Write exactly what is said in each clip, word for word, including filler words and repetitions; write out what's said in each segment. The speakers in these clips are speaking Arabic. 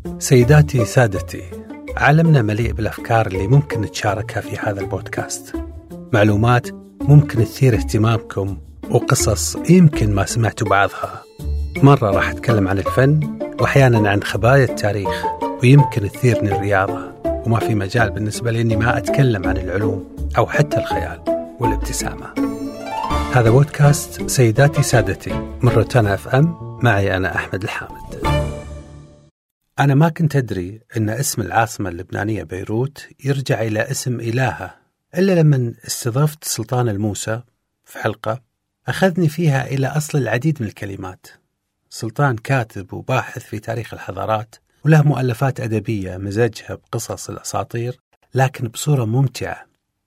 سيداتي سادتي، عالمنا مليء بالأفكار اللي ممكن نتشاركها في هذا البودكاست، معلومات ممكن تثير اهتمامكم وقصص يمكن ما سمعتوا بعضها. مرة راح أتكلم عن الفن وأحيانا عن خبايا التاريخ، ويمكن تثيرني الرياضة، وما في مجال بالنسبة لي أني ما أتكلم عن العلوم أو حتى الخيال والابتسامة. هذا بودكاست سيداتي سادتي من روتانا اف ام، معي أنا أحمد الحامد. أنا ما كنت أدري أن اسم العاصمة اللبنانية بيروت يرجع إلى اسم إلهة، إلا لما استضفت سلطان الموسى في حلقة أخذني فيها إلى أصل العديد من الكلمات. سلطان كاتب وباحث في تاريخ الحضارات، وله مؤلفات أدبية مزجها بقصص الأساطير لكن بصورة ممتعة،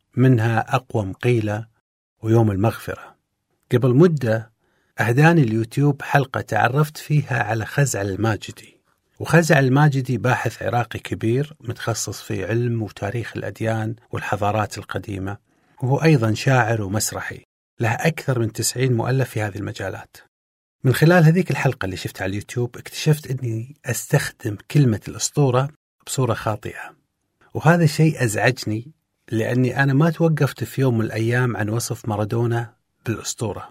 منها أقوم قيلة ويوم المغفرة. قبل مدة أهداني اليوتيوب حلقة تعرفت فيها على خزعل الماجدي، وخزعل الماجدي باحث عراقي كبير متخصص في علم وتاريخ الأديان والحضارات القديمة، وهو أيضا شاعر ومسرحي، له أكثر من تسعين مؤلف في هذه المجالات. من خلال هذيك الحلقة اللي شفتها على اليوتيوب اكتشفت أني أستخدم كلمة الأسطورة بصورة خاطئة، وهذا الشيء أزعجني، لأني أنا ما توقفت في يوم من الأيام عن وصف مارادونا بالأسطورة،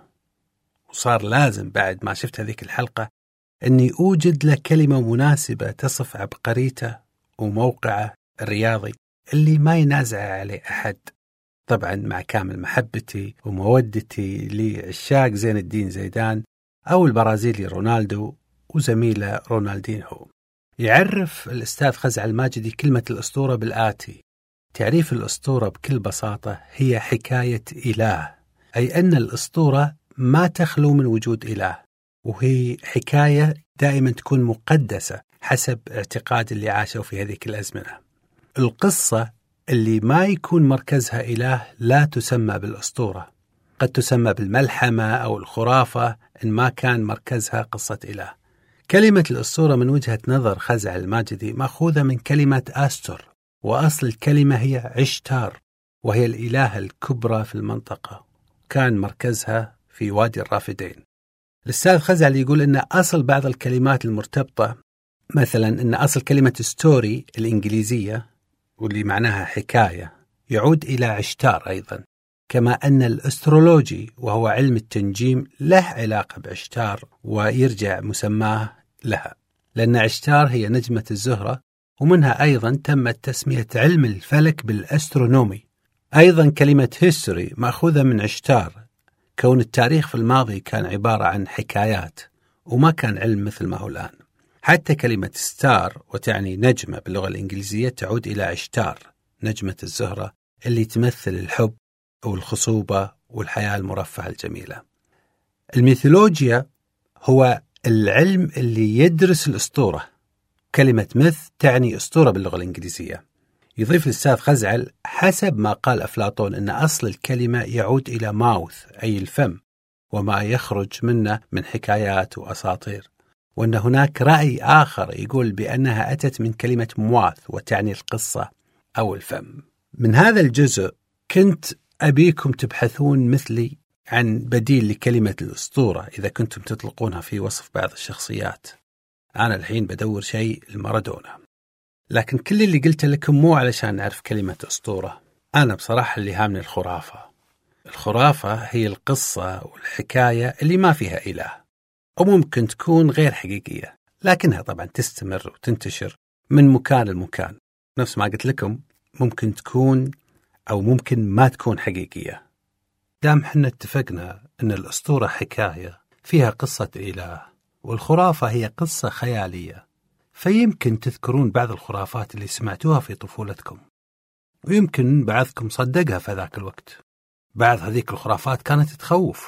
وصار لازم بعد ما شفت هذيك الحلقة أني أوجد له كلمة مناسبة تصف عبقريته وموقعه الرياضي اللي ما ينازع عليه أحد، طبعا مع كامل محبتي ومودتي لعشاق زين الدين زيدان أو البرازيلي رونالدو وزميله رونالدينهو. يعرف الأستاذ خزعل الماجدي كلمة الأسطورة بالآتي: تعريف الأسطورة بكل بساطة هي حكاية إله، أي أن الأسطورة ما تخلو من وجود إله، وهي حكاية دائما تكون مقدسة حسب اعتقاد اللي عاشوا في هذه الأزمنة. القصة اللي ما يكون مركزها إله لا تسمى بالأسطورة، قد تسمى بالملحمة أو الخرافة إن ما كان مركزها قصة إله. كلمة الأسطورة من وجهة نظر خزعل الماجدي مأخوذة من كلمة آستر، وأصل الكلمة هي عشتار، وهي الإلهة الكبرى في المنطقة، كان مركزها في وادي الرافدين. الأستاذ خزعل يقول إن أصل بعض الكلمات المرتبطة، مثلا إن أصل كلمة ستوري الإنجليزية واللي معناها حكاية يعود إلى عشتار أيضا، كما أن الأسترولوجي وهو علم التنجيم له علاقة بعشتار ويرجع مسماه لها، لأن عشتار هي نجمة الزهرة، ومنها أيضا تمت تسمية علم الفلك بالأسترونومي. أيضا كلمة هيستوري مأخوذة من عشتار، كون التاريخ في الماضي كان عبارة عن حكايات وما كان علم مثل ما هو الآن. حتى كلمة ستار وتعني نجمة باللغة الإنجليزية تعود إلى عشتار، نجمة الزهرة اللي تمثل الحب والخصوبة والحياة المرفهة الجميلة. الميثولوجيا هو العلم اللي يدرس الأسطورة، كلمة ميث تعني أسطورة باللغة الإنجليزية. يضيف الأستاذ خزعل حسب ما قال أفلاطون أن أصل الكلمة يعود إلى ماوث أي الفم، وما يخرج منه من حكايات وأساطير، وأن هناك رأي آخر يقول بأنها أتت من كلمة مواث وتعني القصة أو الفم. من هذا الجزء كنت أبيكم تبحثون مثلي عن بديل لكلمة الأسطورة إذا كنتم تطلقونها في وصف بعض الشخصيات. أنا الحين بدور شيء لمارادونا، لكن كل اللي قلت لكم مو علشان أعرف كلمة أسطورة. أنا بصراحة اللي هامني الخرافة. الخرافة هي القصة والحكاية اللي ما فيها إله، وممكن تكون غير حقيقية، لكنها طبعا تستمر وتنتشر من مكان لمكان. نفس ما قلت لكم ممكن تكون أو ممكن ما تكون حقيقية. دام حنا اتفقنا أن الأسطورة حكاية فيها قصة إله، والخرافة هي قصة خيالية، فيمكن تذكرون بعض الخرافات اللي سمعتوها في طفولتكم، ويمكن بعضكم صدقها في ذاك الوقت. بعض هذيك الخرافات كانت تخوف.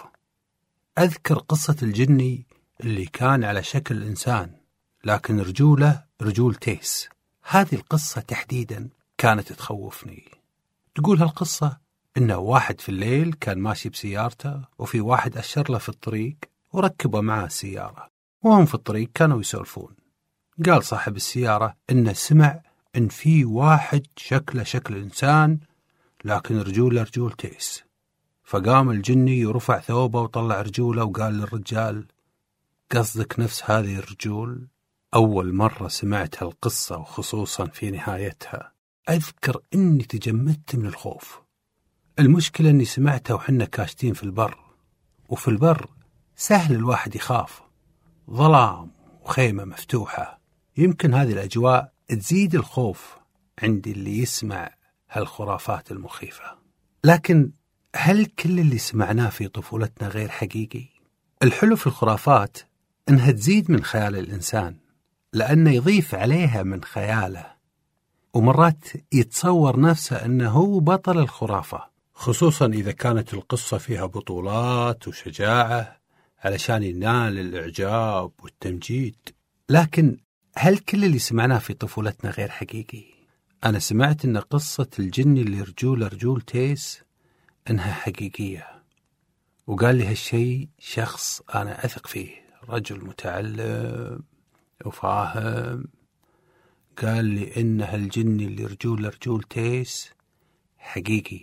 أذكر قصة الجني اللي كان على شكل إنسان لكن رجوله رجول تيس. هذه القصة تحديدا كانت تخوفني. تقول هالقصة إن واحد في الليل كان ماشي بسيارته، وفي واحد أشر له في الطريق وركبه معه السيارة، وهم في الطريق كانوا يسولفون. قال صاحب السيارة إنه سمع إن في واحد شكله شكل إنسان لكن رجوله رجول تيس. فقام الجني ورفع ثوبه وطلع رجوله وقال للرجال: قصدك نفس هذه الرجول؟ أول مرة سمعت هالقصة وخصوصا في نهايتها أذكر أني تجمدت من الخوف. المشكلة أني سمعتها وحنا كاشتين في البر، وفي البر سهل الواحد يخاف، ظلام وخيمة مفتوحة، يمكن هذه الأجواء تزيد الخوف عند اللي يسمع هالخرافات المخيفة. لكن هل كل اللي سمعناه في طفولتنا غير حقيقي؟ الحلو في الخرافات إنها تزيد من خيال الإنسان، لأنه يضيف عليها من خياله، ومرات يتصور نفسه أنه هو بطل الخرافة، خصوصا إذا كانت القصة فيها بطولات وشجاعة علشان ينال الإعجاب والتمجيد. لكن هل كل اللي سمعناه في طفولتنا غير حقيقي؟ أنا سمعت أن قصة الجن اللي رجول رجول تيس إنها حقيقية، وقال لي هالشيء شخص أنا أثق فيه، رجل متعلم وفاهم. قال لي إن هالجن اللي رجول رجول تيس حقيقي.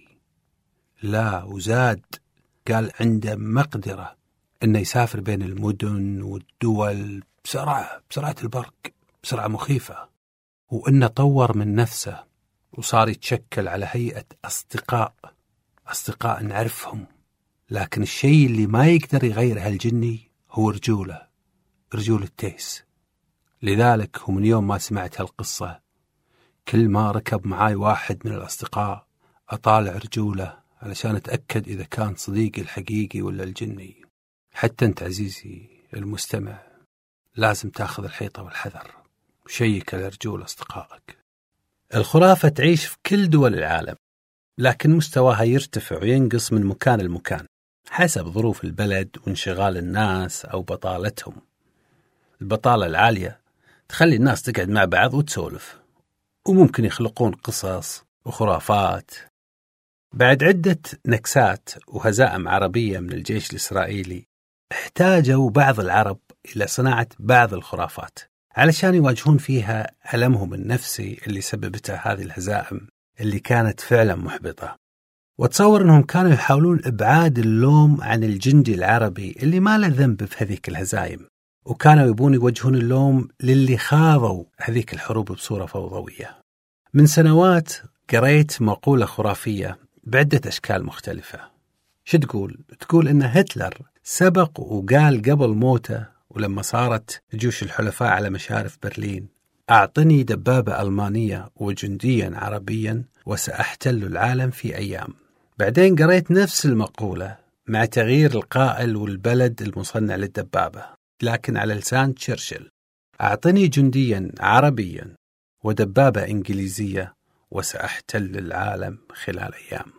لا وزاد، قال عنده مقدرة إنه يسافر بين المدن والدول بسرعة بسرعة البرق، بسرعة مخيفة، وإنه طور من نفسه وصار يتشكل على هيئة أصدقاء أصدقاء نعرفهم. لكن الشيء اللي ما يقدر يغير هالجني هو رجوله، رجول التيس. لذلك هو من يوم ما سمعت هالقصة كل ما ركب معاي واحد من الأصدقاء أطالع رجوله علشان أتأكد إذا كان صديقي الحقيقي ولا الجني. حتى أنت عزيزي المستمع لازم تاخذ الحيطة والحذر وشيك على رجول أصدقائك. الخرافة تعيش في كل دول العالم، لكن مستواها يرتفع وينقص من مكان لمكان حسب ظروف البلد وانشغال الناس أو بطالتهم. البطالة العالية تخلي الناس تقعد مع بعض وتسولف، وممكن يخلقون قصص وخرافات. بعد عدة نكسات وهزائم عربية من الجيش الإسرائيلي احتاجوا بعض العرب إلى صناعة بعض الخرافات علشان يواجهون فيها ألمهم النفسي اللي سببته هذه الهزائم اللي كانت فعلا محبطة. وتصور أنهم كانوا يحاولون إبعاد اللوم عن الجندي العربي اللي ما له ذنب في هذيك الهزائم، وكانوا يبون يوجهون اللوم للي خاضوا هذيك الحروب بصورة فوضوية. من سنوات قريت مقولة خرافية بعدة أشكال مختلفة. شو تقول؟ تقول إن هتلر سبق وقال قبل موته ولما صارت جيوش الحلفاء على مشارف برلين: أعطني دبابة ألمانية وجنديا عربيا وسأحتل العالم في أيام. بعدين قريت نفس المقولة مع تغيير القائل والبلد المصنع للدبابة، لكن على لسان تشرشل: أعطني جنديا عربيا ودبابة إنجليزية وسأحتل العالم خلال أيام.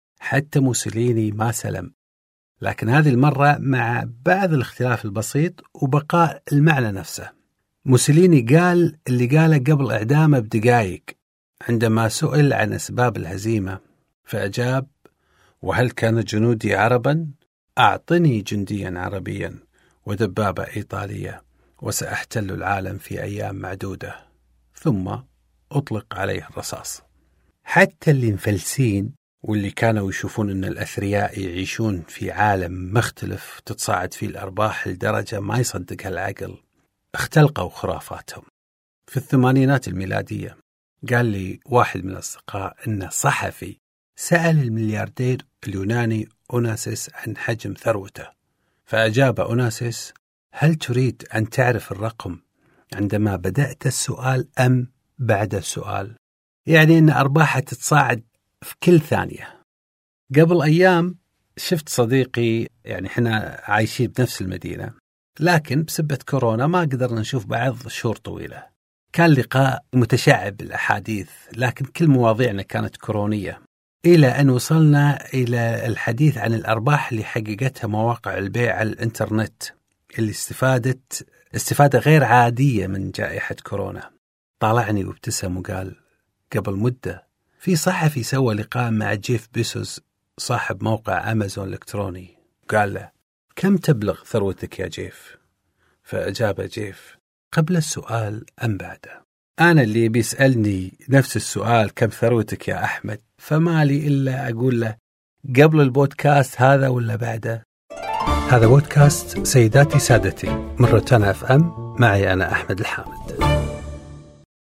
حتى موسوليني ما سلم، لكن هذه المرة مع بعض الاختلاف البسيط وبقاء المعنى نفسه. موسوليني قال اللي قاله قبل إعدامه بدقائق عندما سئل عن أسباب الهزيمة، فأجاب: وهل كان جنودي عربا؟ أعطني جنديا عربيا ودبابة إيطالية وسأحتل العالم في أيام معدودة، ثم أطلق عليه الرصاص. حتى اللي مفلسين واللي كانوا يشوفون أن الأثرياء يعيشون في عالم مختلف تتصاعد فيه الأرباح لدرجة ما يصدقها العقل اختلقوا خرافاتهم. في الثمانينات الميلادية قال لي واحد من الأصدقاء أن صحفي سأل الملياردير اليوناني أوناسيس عن حجم ثروته، فأجاب أوناسيس: هل تريد أن تعرف الرقم عندما بدأت السؤال أم بعد السؤال؟ يعني أن أرباحه تتصاعد في كل ثانية. قبل أيام شفت صديقي، يعني إحنا عايشين بنفس المدينة، لكن بسبة كورونا ما قدرنا نشوف بعض شهور طويلة. كان لقاء متشعب بالأحاديث، لكن كل مواضيعنا كانت كورونية، إلى أن وصلنا إلى الحديث عن الأرباح اللي حققتها مواقع البيع على الإنترنت اللي استفادت استفادة غير عادية من جائحة كورونا. طالعني وابتسم وقال: قبل مدة في صحفي سوى لقاء مع جيف بيسوس صاحب موقع أمازون الإلكتروني، قال له: كم تبلغ ثروتك يا جيف؟ فأجاب جيف: قبل السؤال أم بعده؟ أنا اللي بيسألني نفس السؤال كم ثروتك يا أحمد، فما لي إلا أقول له: قبل البودكاست هذا ولا بعده؟ هذا بودكاست سيداتي سادتي من روتانا اف ام، معي أنا أحمد الحامد.